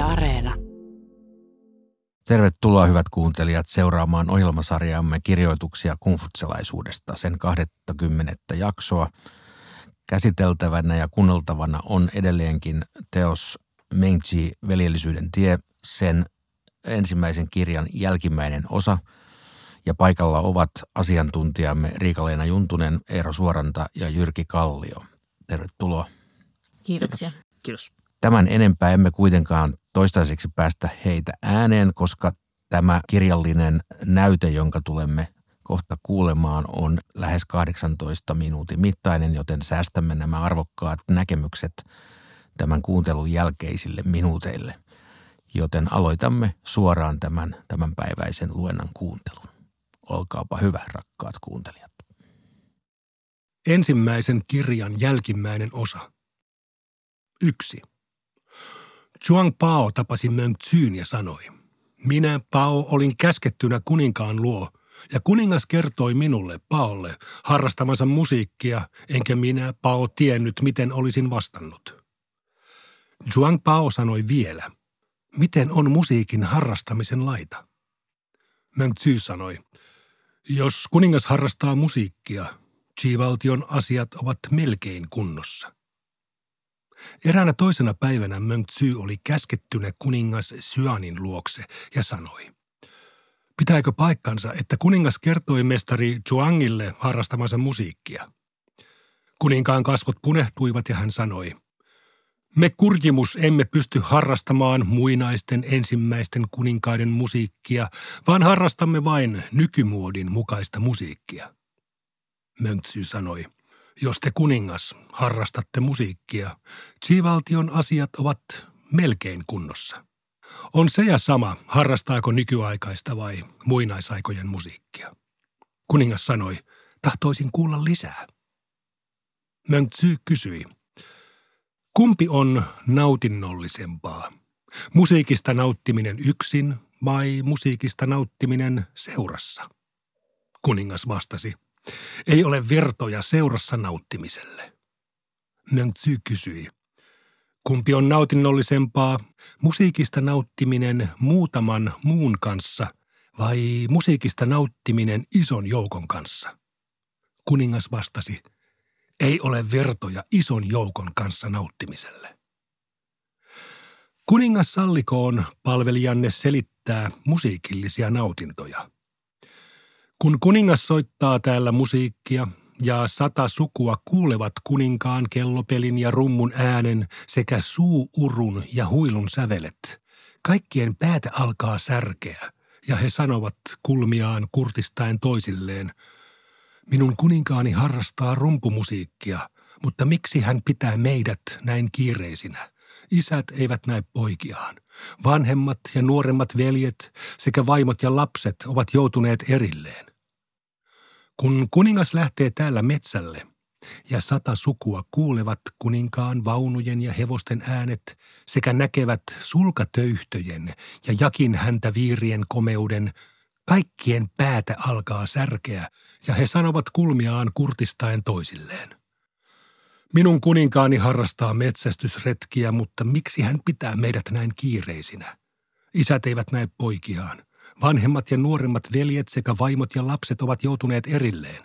Areena. Tervetuloa hyvät kuuntelijat seuraamaan ohjelmasarjaamme kirjoituksia kungfutselaisuudesta, sen 20. jaksoa. Käsiteltävänä ja kuunneltavana on edelleenkin teos Meingji, veljellisyyden tie, sen ensimmäisen kirjan jälkimmäinen osa. Ja paikalla ovat asiantuntijamme Riika-Leena Juntunen, Eero Suoranta ja Jyrki Kallio. Tervetuloa. Kiitoksia. Kiitos. Tämän enempää emme kuitenkaan toistaiseksi päästä heitä ääneen, koska tämä kirjallinen näyte, jonka tulemme kohta kuulemaan, on lähes 18 minuutin mittainen, joten säästämme nämä arvokkaat näkemykset tämän kuuntelun jälkeisille minuuteille. Joten aloitamme suoraan tämän päiväisen luennan kuuntelun. Olkaapa hyvä, rakkaat kuuntelijat. Ensimmäisen kirjan jälkimmäinen osa. 1. Zhuang Bao tapasi Mengzyn ja sanoi, minä, Bao, olin käskettynä kuninkaan luo, ja kuningas kertoi minulle, Baolle, harrastamansa musiikkia, enkä minä, Bao, tiennyt, miten olisin vastannut. Zhuang Bao sanoi vielä, miten on musiikin harrastamisen laita? Mengzy sanoi, jos kuningas harrastaa musiikkia, Qi-valtion asiat ovat melkein kunnossa. Eräänä toisena päivänä Mengzy oli käskettynä kuningas Xuanin luokse ja sanoi, pitääkö paikkansa, että kuningas kertoi mestari Zhuangille harrastamansa musiikkia? Kuninkaan kasvot punehtuivat ja hän sanoi, me kurjimus emme pysty harrastamaan muinaisten ensimmäisten kuninkaiden musiikkia, vaan harrastamme vain nykymuodin mukaista musiikkia. Mengzy sanoi, jos te kuningas harrastatte musiikkia, Qi-valtion asiat ovat melkein kunnossa. On se ja sama, harrastaako nykyaikaista vai muinaisaikojen musiikkia. Kuningas sanoi, tahtoisin kuulla lisää. Mengzy kysyi, kumpi on nautinnollisempaa? Musiikista nauttiminen yksin vai musiikista nauttiminen seurassa? Kuningas vastasi, ei ole vertoja seurassa nauttimiselle. Mengzy kysyi, kumpi on nautinnollisempaa, musiikista nauttiminen muutaman muun kanssa vai musiikista nauttiminen ison joukon kanssa? Kuningas vastasi, ei ole vertoja ison joukon kanssa nauttimiselle. Kuningas sallikoon palvelijanne selittää musiikillisia nautintoja. Kun kuningas soittaa täällä musiikkia ja 100 sukua kuulevat kuninkaan kellopelin ja rummun äänen sekä suuurun ja huilun sävelet, kaikkien päätä alkaa särkeä ja he sanovat kulmiaan kurtistaen toisilleen, minun kuninkaani harrastaa rumpumusiikkia, mutta miksi hän pitää meidät näin kiireisinä? Isät eivät näe poikiaan. Vanhemmat ja nuoremmat veljet sekä vaimot ja lapset ovat joutuneet erilleen. Kun kuningas lähtee täällä metsälle ja 100 sukua kuulevat kuninkaan vaunujen ja hevosten äänet sekä näkevät sulkatöyhtöjen ja jakin häntä viirien komeuden, kaikkien päätä alkaa särkeä ja he sanovat kulmiaan kurtistaen toisilleen. Minun kuninkaani harrastaa metsästysretkiä, mutta miksi hän pitää meidät näin kiireisinä? Isät eivät näe poikiaan. Vanhemmat ja nuoremmat veljet sekä vaimot ja lapset ovat joutuneet erilleen.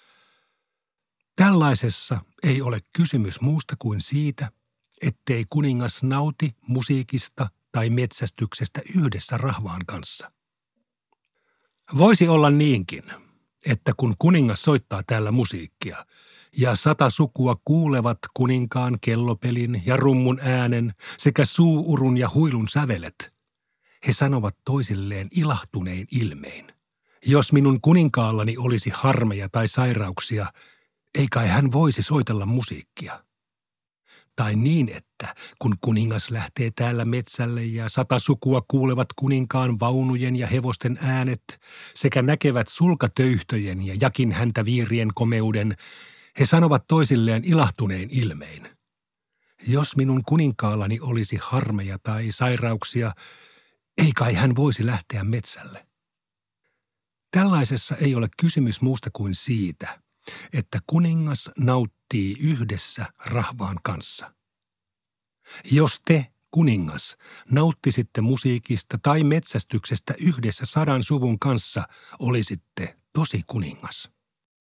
Tällaisessa ei ole kysymys muusta kuin siitä, ettei kuningas nauti musiikista tai metsästyksestä yhdessä rahvaan kanssa. Voisi olla niinkin, että kun kuningas soittaa täällä musiikkia ja 100 sukua kuulevat kuninkaan kellopelin ja rummun äänen sekä suuurun ja huilun sävelet, he sanovat toisilleen ilahtunein ilmein. Jos minun kuninkaallani olisi harmeja tai sairauksia, ei kai hän voisi soitella musiikkia. Tai niin, että kun kuningas lähtee täällä metsälle ja 100 sukua kuulevat kuninkaan vaunujen ja hevosten äänet sekä näkevät sulkatöyhtöjen ja jakin häntä viirien komeuden, he sanovat toisilleen ilahtunein ilmein. Jos minun kuninkaallani olisi harmeja tai sairauksia, ei kai hän voisi lähteä metsälle. Tällaisessa ei ole kysymys muusta kuin siitä, että kuningas nauttii yhdessä rahvaan kanssa. Jos te, kuningas, nauttisitte musiikista tai metsästyksestä yhdessä 100 suvun kanssa, olisitte tosi kuningas.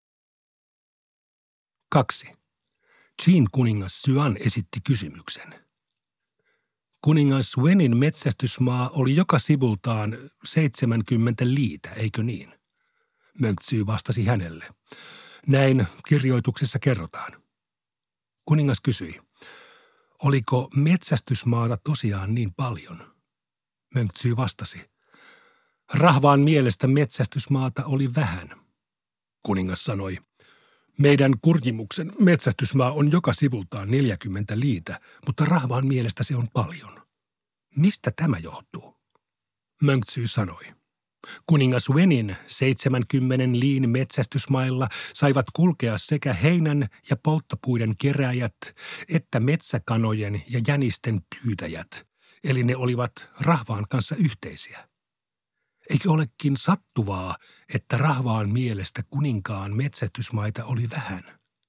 2. Qin kuningas Xuan esitti kysymyksen. Kuningas Wenin metsästysmaa oli joka sivultaan 70 liitä, eikö niin? Mengzi vastasi hänelle. Näin kirjoituksessa kerrotaan. Kuningas kysyi, oliko metsästysmaata tosiaan niin paljon? Mengzi vastasi, rahvaan mielestä metsästysmaata oli vähän. Kuningas sanoi, meidän kurjimuksen metsästysmaa on joka sivultaan 40 liitä, mutta rahvaan mielestä se on paljon. Mistä tämä johtuu? Mengzi sanoi. Kuningas Wenin 70 liin metsästysmailla saivat kulkea sekä heinän ja polttopuiden keräjät että metsäkanojen ja jänisten pyytäjät, eli ne olivat rahvaan kanssa yhteisiä. Eikö olekin sattuvaa, että rahvaan mielestä kuninkaan metsästysmaita oli vähän?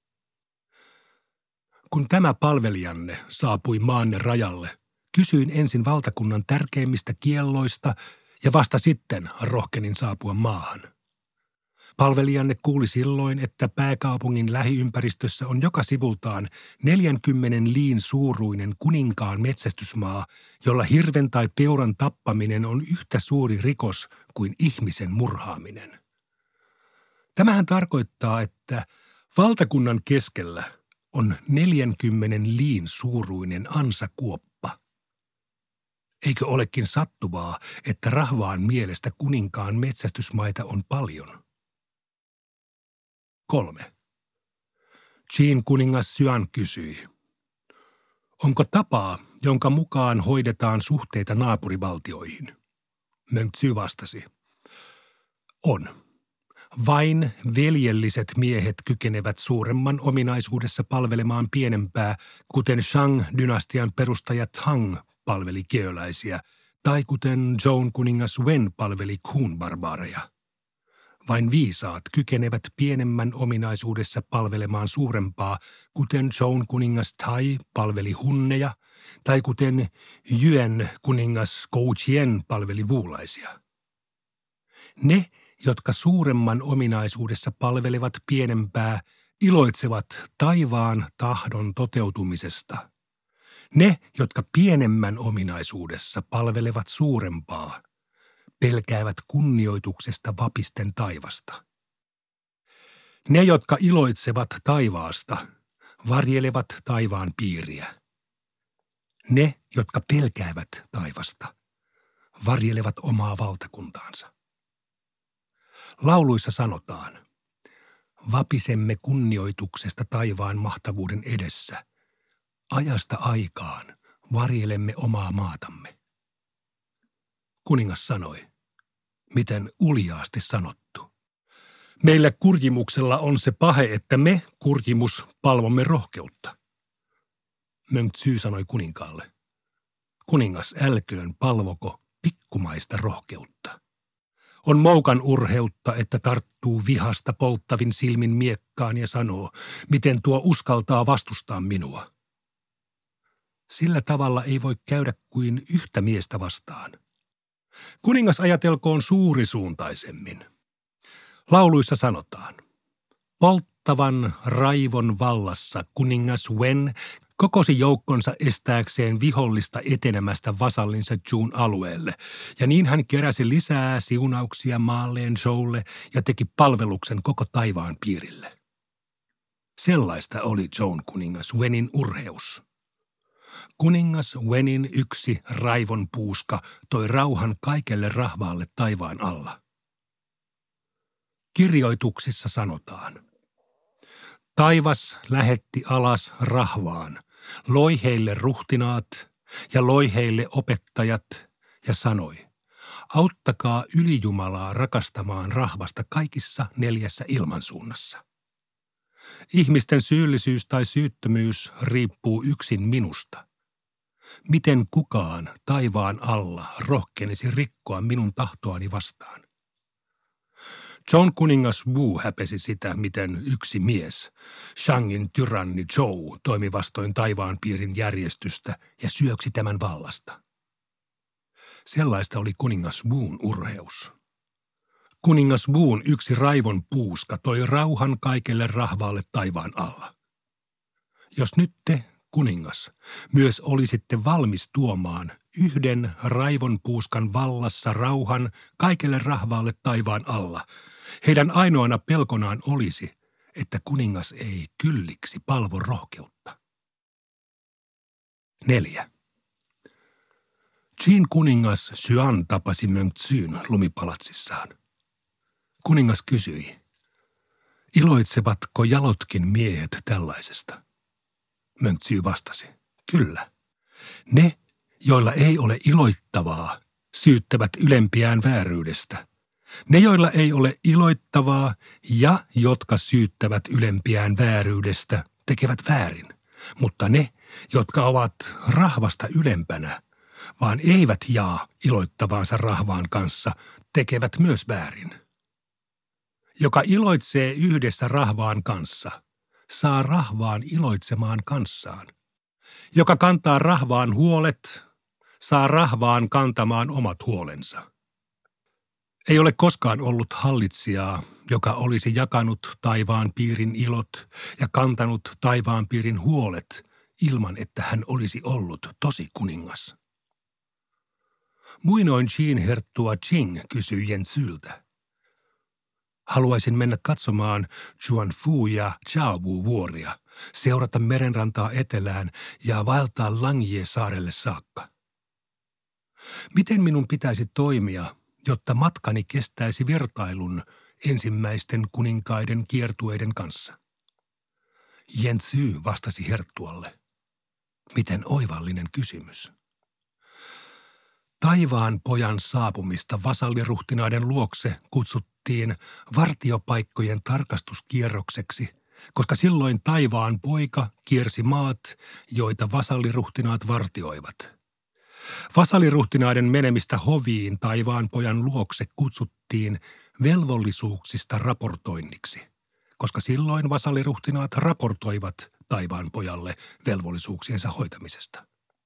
Kun tämä palvelijanne saapui maanne rajalle, kysyin ensin valtakunnan tärkeimmistä kielloista ja vasta sitten rohkenin saapua maahan. Palvelijanne kuuli silloin, että pääkaupungin lähiympäristössä on joka sivultaan 40 liin suuruinen kuninkaan metsästysmaa, jolla hirven tai peuran tappaminen on yhtä suuri rikos kuin ihmisen murhaaminen. Tämähän tarkoittaa, että valtakunnan keskellä on 40 liin suuruinen ansakuoppa. Eikö olekin sattuvaa, että rahvaan mielestä kuninkaan metsästysmaita on paljon? 3. Qin kuningas Xuan kysyi, onko tapaa, jonka mukaan hoidetaan suhteita naapurivaltioihin? Mengzi vastasi, on. Vain veljelliset miehet kykenevät suuremman ominaisuudessa palvelemaan pienempää, kuten Shang-dynastian perustaja Tang palveli keöläisiä, tai kuten Zhou kuningas Wen palveli Kun-barbaareja. Vain viisaat kykenevät pienemmän ominaisuudessa palvelemaan suurempaa, kuten Zhou kuningas Tai palveli hunneja, tai kuten Yuen kuningas Gouchien palveli wuulaisia. Ne, jotka suuremman ominaisuudessa palvelevat pienempää, iloitsevat taivaan tahdon toteutumisesta. Ne, jotka pienemmän ominaisuudessa palvelevat suurempaa, pelkäävät kunnioituksesta vapisten taivasta. Ne, jotka iloitsevat taivaasta, varjelevat taivaan piiriä. Ne, jotka pelkäävät taivasta, varjelevat omaa valtakuntaansa. Lauluissa sanotaan, vapisemme kunnioituksesta taivaan mahtavuuden edessä. Ajasta aikaan varjelemme omaa maatamme. Kuningas sanoi, miten uljaasti sanottu. Meillä kurjimuksella on se pahe, että me, kurjimus, palvomme rohkeutta. Mengzi sanoi kuninkaalle, kuningas älköön palvoko pikkumaista rohkeutta. On moukan urheutta, että tarttuu vihasta polttavin silmin miekkaan ja sanoo, miten tuo uskaltaa vastustaa minua. Sillä tavalla ei voi käydä kuin yhtä miestä vastaan. Kuningas ajatelkoon suurisuuntaisemmin. Lauluissa sanotaan, polttavan raivon vallassa kuningas Wen kokosi joukkonsa estääkseen vihollista etenemästä vasallinsa Zhoun alueelle, ja niin hän keräsi lisää siunauksia maalleen Zhoulle ja teki palveluksen koko taivaan piirille. Sellaista oli Zhoun kuningas Wenin urheus. Kuningas Wenin yksi raivon puuska toi rauhan kaikelle rahvaalle taivaan alla. Kirjoituksissa sanotaan, taivas lähetti alas rahvaan, loi heille ruhtinaat ja loi heille opettajat ja sanoi, auttakaa ylijumalaa rakastamaan rahvasta kaikissa 4 ilmansuunnassa. Ihmisten syyllisyys tai syyttömyys riippuu yksin minusta. Miten kukaan taivaan alla rohkenisi rikkoa minun tahtoani vastaan? Zhong kuningas Wu häpesi sitä, miten yksi mies, Shangin tyranni Zhou, toimi vastoin taivaanpiirin järjestystä ja syöksi tämän vallasta. Sellaista oli kuningas Wun urheus. Kuningas Wun yksi raivon puuska toi rauhan kaikelle rahvaalle taivaan alla. Jos nyt te, kuningas, myös olisitte valmis tuomaan yhden raivon puuskan vallassa rauhan kaikelle rahvaalle taivaan alla, heidän ainoana pelkonaan olisi, että kuningas ei kylliksi palvo rohkeutta. 4. Qin kuningas Xuan tapasi Mengzyn lumipalatsissaan. Kuningas kysyi, iloitsevatko jalotkin miehet tällaisesta? Mengzy vastasi, kyllä. Ne, joilla ei ole iloittavaa, syyttävät ylempiään vääryydestä. Ne, joilla ei ole iloittavaa ja jotka syyttävät ylempiään vääryydestä, tekevät väärin. Mutta ne, jotka ovat rahvasta ylempänä, vaan eivät jaa iloittavaansa rahvaan kanssa, tekevät myös väärin. Joka iloitsee yhdessä rahvaan kanssa, saa rahvaan iloitsemaan kanssaan. Joka kantaa rahvaan huolet, saa rahvaan kantamaan omat huolensa. Ei ole koskaan ollut hallitsijaa, joka olisi jakanut taivaan piirin ilot ja kantanut taivaan piirin huolet ilman, että hän olisi ollut tosi kuningas. Muinoin Qin herttua Qing kysyi Jenzyltä. Haluaisin mennä katsomaan Chuanfu ja Chaobu vuoria, seurata merenrantaa etelään ja vaeltaa Langie-saarelle saakka. Miten minun pitäisi toimia, jotta matkani kestäisi vertailun ensimmäisten kuninkaiden kiertueiden kanssa? Yenzy vastasi herttualle. Miten oivallinen kysymys. Taivaan pojan saapumista vasalliruhtinaiden luokse kutsuttiin vartiopaikkojen tarkastuskierrokseksi, koska silloin taivaan poika kiersi maat, joita vasalliruhtinaat vartioivat. Vasalliruhtinaiden menemistä hoviin taivaan pojan luokse kutsuttiin velvollisuuksista raportoinniksi, koska silloin vasalliruhtinaat raportoivat taivaan pojalle velvollisuuksiensa hoitamisesta.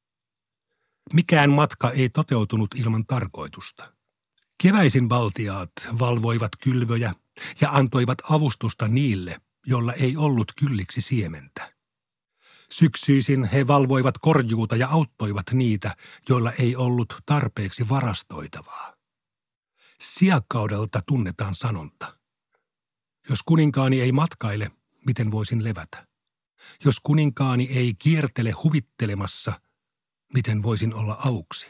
Mikään matka ei toteutunut ilman tarkoitusta. Keväisin valtiaat valvoivat kylvöjä ja antoivat avustusta niille, joilla ei ollut kylliksi siementä. Syksyisin he valvoivat korjuuta ja auttoivat niitä, joilla ei ollut tarpeeksi varastoitavaa. Siakaudelta tunnetaan sanonta. Jos kuninkaani ei matkaile, miten voisin levätä? Jos kuninkaani ei kiertele huvittelemassa, miten voisin olla avuksi?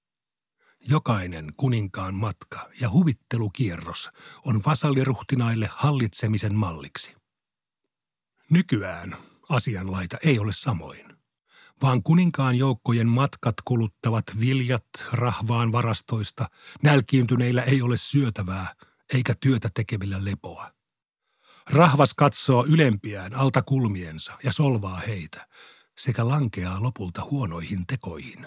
Jokainen kuninkaan matka ja huvittelukierros on vasalliruhtinaille hallitsemisen malliksi. Nykyään asianlaita ei ole samoin, vaan kuninkaan joukkojen matkat kuluttavat viljat rahvaan varastoista, nälkiintyneillä ei ole syötävää eikä työtä tekevillä lepoa. Rahvas katsoo ylempiään alta kulmiensa ja solvaa heitä sekä lankeaa lopulta huonoihin tekoihin.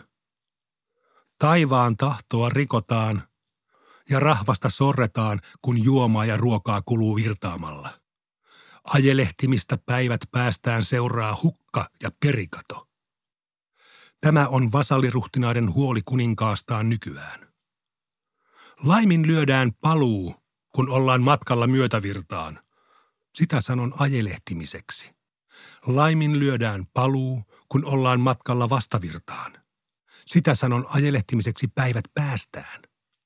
Taivaan tahtoa rikotaan ja rahvasta sorretaan, kun juomaa ja ruokaa kuluu virtaamalla. Ajelehtimistä päivät päästään seuraa hukka ja perikato. Tämä on vasalliruhtinaiden huoli kuninkaastaan nykyään. Laiminlyödään paluu, kun ollaan matkalla myötävirtaan. Sitä sanon ajelehtimiseksi. Laiminlyödään paluu, kun ollaan matkalla vastavirtaan. Sitä sanon ajelehtimiseksi päivät päästään.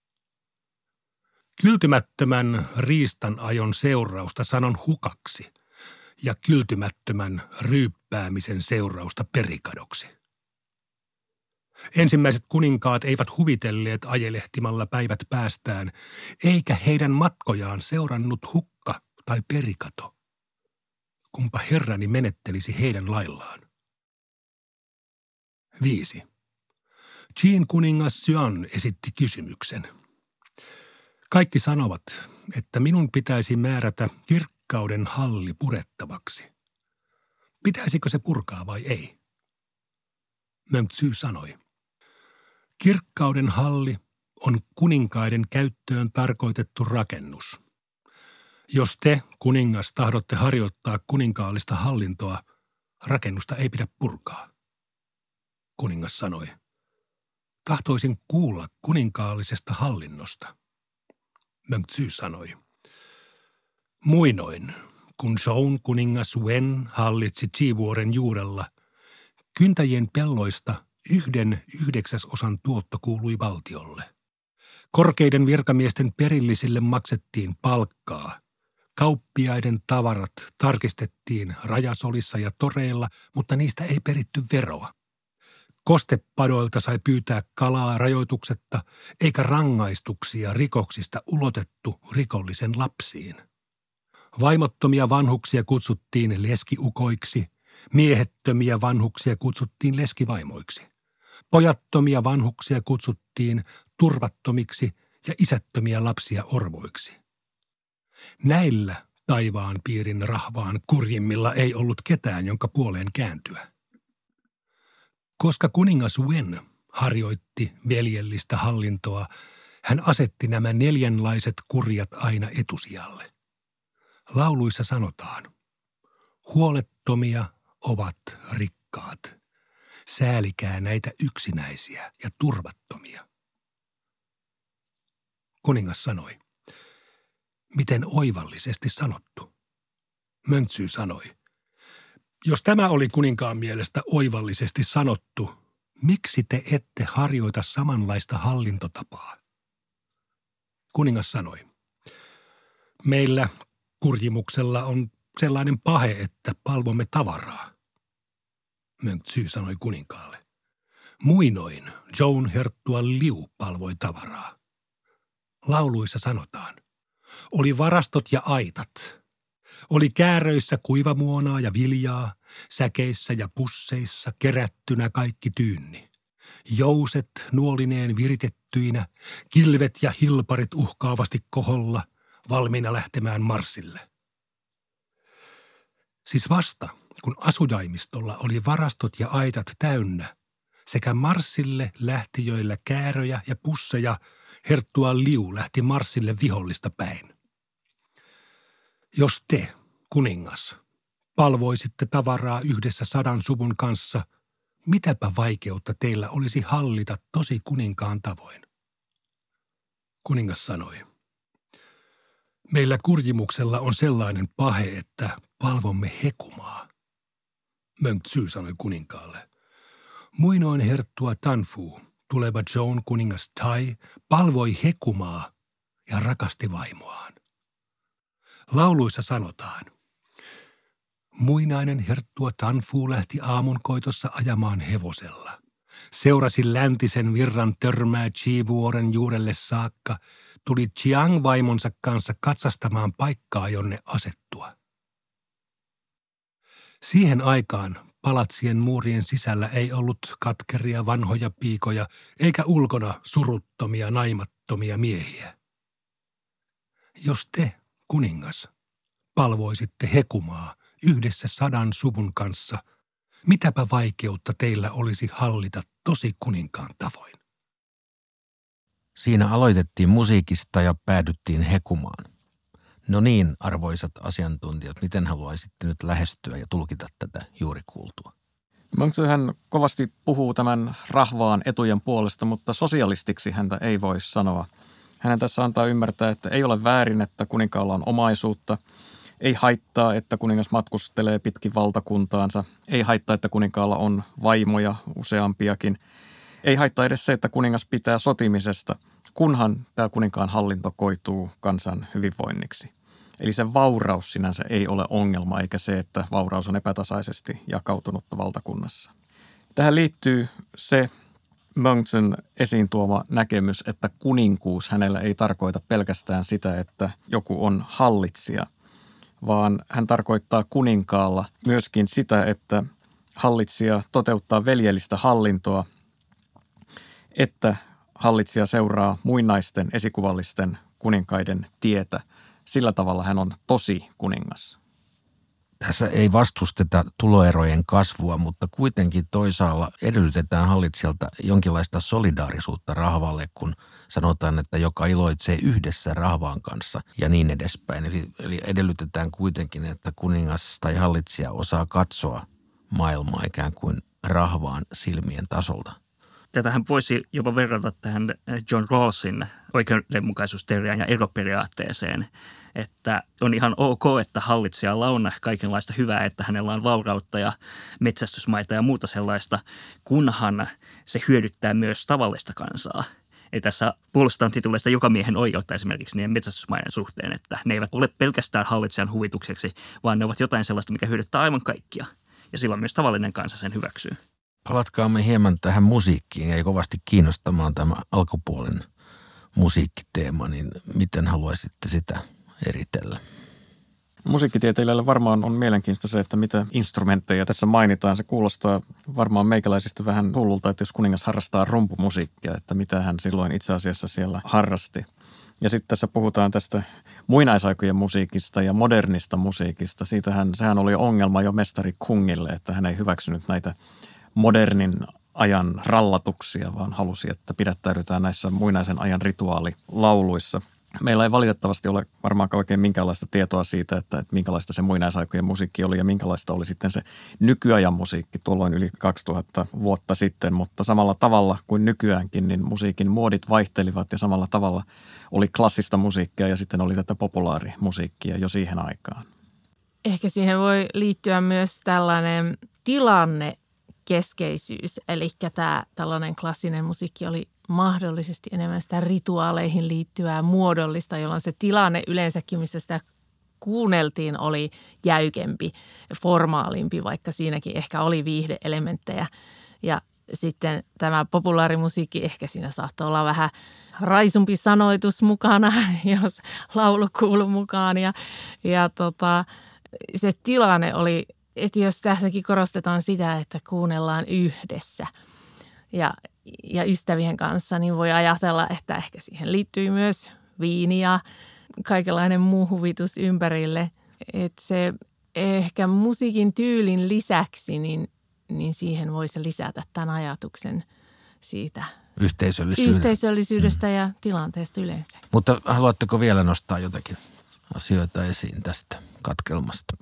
Kyltymättömän riistan ajon seurausta sanon hukaksi ja kyltymättömän ryyppäämisen seurausta perikadoksi. Ensimmäiset kuninkaat eivät huvitelleet ajelehtimalla päivät päästään, eikä heidän matkojaan seurannut hukka tai perikato. Kumpa herrani menettelisi heidän laillaan. 5. Qin kuningas Xuan esitti kysymyksen. Kaikki sanovat, että minun pitäisi määrätä kirkkauden halli purettavaksi. Pitäisikö se purkaa vai ei? Mengzy sanoi. Kirkkauden halli on kuninkaiden käyttöön tarkoitettu rakennus. Jos te, kuningas, tahdotte harjoittaa kuninkaallista hallintoa, rakennusta ei pidä purkaa. Kuningas sanoi, tahtoisin kuulla kuninkaallisesta hallinnosta. Mengzi sanoi, muinoin, kun Zhou kuningas Wen hallitsi Chivuoren juurella, kyntäjien pelloista 1/9 tuotto kuului valtiolle. Korkeiden virkamiesten perillisille maksettiin palkkaa. Kauppiaiden tavarat tarkistettiin rajasolissa ja toreilla, mutta niistä ei peritty veroa. Kostepadoilta sai pyytää kalaa rajoituksetta, eikä rangaistuksia rikoksista ulotettu rikollisen lapsiin. Vaimottomia vanhuksia kutsuttiin leskiukoiksi, miehettömiä vanhuksia kutsuttiin leskivaimoiksi. Pojattomia vanhuksia kutsuttiin turvattomiksi ja isättömiä lapsia orvoiksi. Näillä taivaan piirin rahvaan kurjimmilla ei ollut ketään, jonka puoleen kääntyä. Koska kuningas Wen harjoitti veljellistä hallintoa, hän asetti nämä neljänlaiset kurjat aina etusijalle. Lauluissa sanotaan, huolettomia ovat rikkaat, säälikää näitä yksinäisiä ja turvattomia. Kuningas sanoi, miten oivallisesti sanottu. Mengzi sanoi, jos tämä oli kuninkaan mielestä oivallisesti sanottu, miksi te ette harjoita samanlaista hallintotapaa? Kuningas sanoi, meillä kurjimuksella on sellainen pahe, että palvomme tavaraa. Mengzi sanoi kuninkaalle, muinoin Zhou herttua Liu palvoi tavaraa. Lauluissa sanotaan, oli varastot ja aitat. Oli kääröissä kuivamuonaa ja viljaa, säkeissä ja pusseissa kerättynä kaikki tyynni. Jouset nuolineen viritettyinä, kilvet ja hilparit uhkaavasti koholla, valmiina lähtemään marssille. Siis vasta, kun asujaimistolla oli varastot ja aitat täynnä, sekä marssille lähtijöillä kääröjä ja pusseja, herttua Liu lähti marssille vihollista päin. Jos te, kuningas, palvoisitte tavaraa yhdessä 100 suvun kanssa, mitäpä vaikeutta teillä olisi hallita tosi kuninkaan tavoin? Kuningas sanoi, meillä kurjimuksella on sellainen pahe, että palvomme hekumaa. Mengzi sanoi kuninkaalle, muinoin herttua Tanfu, tuleva Zhou kuningas Tai, palvoi hekumaa ja rakasti vaimoaan. Lauluissa sanotaan, muinainen herttua Tanfu lähti aamunkoitossa ajamaan hevosella. Seurasi läntisen virran törmää Chivuoren juurelle saakka, tuli Chiang-vaimonsa kanssa katsastamaan paikkaa, jonne asettua. Siihen aikaan palatsien muurien sisällä ei ollut katkeria vanhoja piikoja, eikä ulkona suruttomia naimattomia miehiä. Jos te, kuningas, palvoisitte hekumaa yhdessä 100 suvun kanssa, mitäpä vaikeutta teillä olisi hallita tosi kuninkaan tavoin? Siinä aloitettiin musiikista ja päädyttiin hekumaan. No niin, arvoisat asiantuntijat, miten haluaisitte nyt lähestyä ja tulkita tätä juuri kuultua? Hän kovasti puhuu tämän rahvaan etujen puolesta, mutta sosialistiksi häntä ei voi sanoa. Hänen tässä antaa ymmärtää, että ei ole väärin, että kuninkaalla on omaisuutta. Ei haittaa, että kuningas matkustelee pitkin valtakuntaansa. Ei haittaa, että kuninkaalla on vaimoja useampiakin. Ei haittaa edes se, että kuningas pitää sotimisesta, kunhan tämä kuninkaan hallinto koituu kansan hyvinvoinniksi. Eli se vauraus sinänsä ei ole ongelma, eikä se, että vauraus on epätasaisesti jakautunutta valtakunnassa. Tähän liittyy se Mengzin esiin tuoma näkemys, että kuninkuus hänellä ei tarkoita pelkästään sitä, että joku on hallitsija, vaan hän tarkoittaa kuninkaalla myöskin sitä, että hallitsija toteuttaa veljellistä hallintoa, että hallitsija seuraa muinaisten esikuvallisten kuninkaiden tietä. Sillä tavalla hän on tosi kuningas. Tässä ei vastusteta tuloerojen kasvua, mutta kuitenkin toisaalla edellytetään hallitsijalta jonkinlaista solidaarisuutta rahvalle, kun sanotaan, että joka iloitsee yhdessä rahvaan kanssa ja niin edespäin. Eli edellytetään kuitenkin, että kuningas tai hallitsija osaa katsoa maailmaa ikään kuin rahvaan silmien tasolta. Tätähän voisi jopa verrata tähän John Rawlsin oikeudenmukaisuusteoriaan ja eroperiaatteeseen, että on ihan ok, että hallitsijalla on kaikenlaista hyvää, että hänellä on vaurautta ja metsästysmaita ja muuta sellaista, kunhan se hyödyttää myös tavallista kansaa. Eli tässä puolustetaan tituleista jokamiehen oikeutta esimerkiksi niiden metsästysmaiden suhteen, että ne eivät ole pelkästään hallitsijan huvitukseksi, vaan ne ovat jotain sellaista, mikä hyödyttää aivan kaikkia. Ja silloin myös tavallinen kansa sen hyväksyy. Palatkaamme hieman tähän musiikkiin. Ei kovasti kiinnostamaan tämä alkupuolen musiikkiteema, niin miten haluaisitte sitä eritellä? Musiikkitieteilijöille varmaan on mielenkiintoista se, että mitä instrumentteja tässä mainitaan. Se kuulostaa varmaan meikäläisistä vähän hullulta, että jos kuningas harrastaa rumpumusiikkia, että mitä hän silloin itse asiassa siellä harrasti. Ja sitten tässä puhutaan tästä muinaisaikojen musiikista ja modernista musiikista. Sehän oli ongelma jo mestari Kungille, että hän ei hyväksynyt näitä modernin ajan rallatuksia, vaan halusi, että pidättäydytään näissä muinaisen ajan rituaalilauluissa. Meillä ei valitettavasti ole varmaan oikein minkäänlaista tietoa siitä, että minkälaista se muinaisaikojen musiikki oli ja minkälaista oli sitten se nykyajan musiikki tuolloin yli 2000 vuotta sitten. Mutta samalla tavalla kuin nykyäänkin, niin musiikin muodit vaihtelivat ja samalla tavalla oli klassista musiikkia ja sitten oli tätä populaarimusiikkia jo siihen aikaan. Ehkä siihen voi liittyä myös tällainen tilannekeskeisyys, eli tämä tällainen klassinen musiikki oli mahdollisesti enemmän sitä rituaaleihin liittyvää muodollista, jolloin se tilanne yleensäkin, missä sitä kuunneltiin, oli jäykempi, formaalimpi, vaikka siinäkin ehkä oli viihde-elementtejä. Ja sitten tämä populaarimusiikki, ehkä siinä saattoi olla vähän raisumpi sanoitus mukana, jos laulu kuului mukaan. Ja se tilanne oli, että jos tässäkin korostetaan sitä, että kuunnellaan yhdessä ja ystävien kanssa, niin voi ajatella, että ehkä siihen liittyy myös viini ja kaikenlainen muu huvitus ympärille. Että se ehkä musiikin tyylin lisäksi, niin siihen voisi lisätä tämän ajatuksen siitä yhteisöllisyydestä ja tilanteesta yleensä. Mutta haluatteko vielä nostaa jotakin asioita esiin tästä katkelmasta?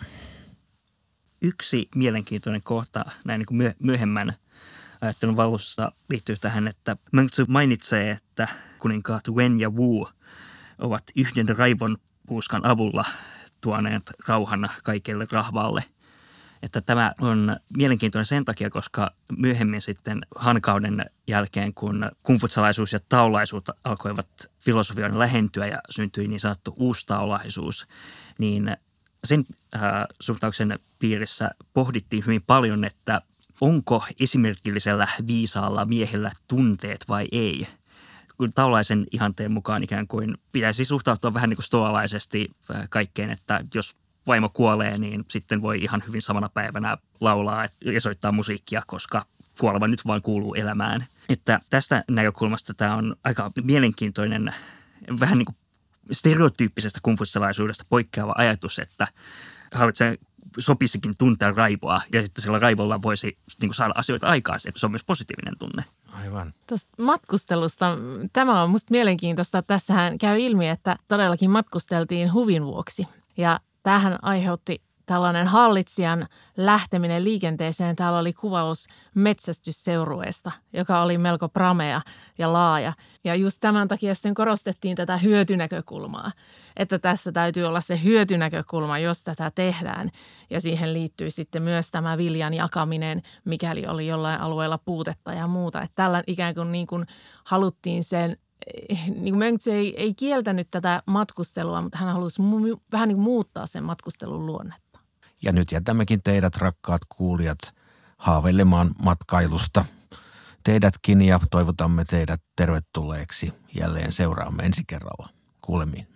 Yksi mielenkiintoinen kohta näin niin kuin myöhemmän ajattelun valossa liittyy tähän, että Mengzi mainitsee, että kuninkaat Wen ja Wu ovat yhden raivon puuskan avulla tuoneet rauhan kaikille rahvaalle. Että tämä on mielenkiintoinen sen takia, koska myöhemmin sitten Han-kauden jälkeen, kun kungfutsalaisuus ja taolaisuus alkoivat filosofioiden lähentyä ja syntyi niin sanottu uustaolaisuus, niin sen suhtauksen piirissä pohdittiin hyvin paljon, että onko esimerkillisellä viisaalla miehellä tunteet vai ei. Kun taulaisen ihanteen mukaan ikään kuin pitäisi suhtautua vähän niin kuin stoalaisesti kaikkeen, että jos vaimo kuolee, niin sitten voi ihan hyvin samana päivänä laulaa ja soittaa musiikkia, koska kuolema nyt vaan kuuluu elämään. Että tästä näkökulmasta tämä on aika mielenkiintoinen, vähän niin kuin stereotyyppisestä kungfutsalaisuudesta poikkeava ajatus, että hallitsee sopisikin tuntea raivoa ja sitten sillä raivolla voisi niin kuin saada asioita aikaan. Se on myös positiivinen tunne. Aivan. Tuosta matkustelusta, tämä on musta mielenkiintoista. Tässähän käy ilmi, että todellakin matkusteltiin huvin vuoksi ja tämähän aiheutti tällainen hallitsijan lähteminen liikenteeseen. Täällä oli kuvaus metsästysseurueesta, joka oli melko pramea ja laaja. Ja just tämän takia sitten korostettiin tätä hyötynäkökulmaa, että tässä täytyy olla se hyötynäkökulma, jos tätä tehdään. Ja siihen liittyy sitten myös tämä viljan jakaminen, mikäli oli jollain alueella puutetta ja muuta. Että tällä ikään kuin haluttiin sen, niin Mengzi ei kieltänyt tätä matkustelua, mutta hän halusi vähän niin kuin muuttaa sen matkustelun luonnetta. Ja nyt jätämmekin teidät, rakkaat kuulijat, haaveilemaan matkailusta. Teidätkin ja toivotamme teidät tervetulleeksi. Jälleen seuraamme ensi kerralla. Kuulemiin.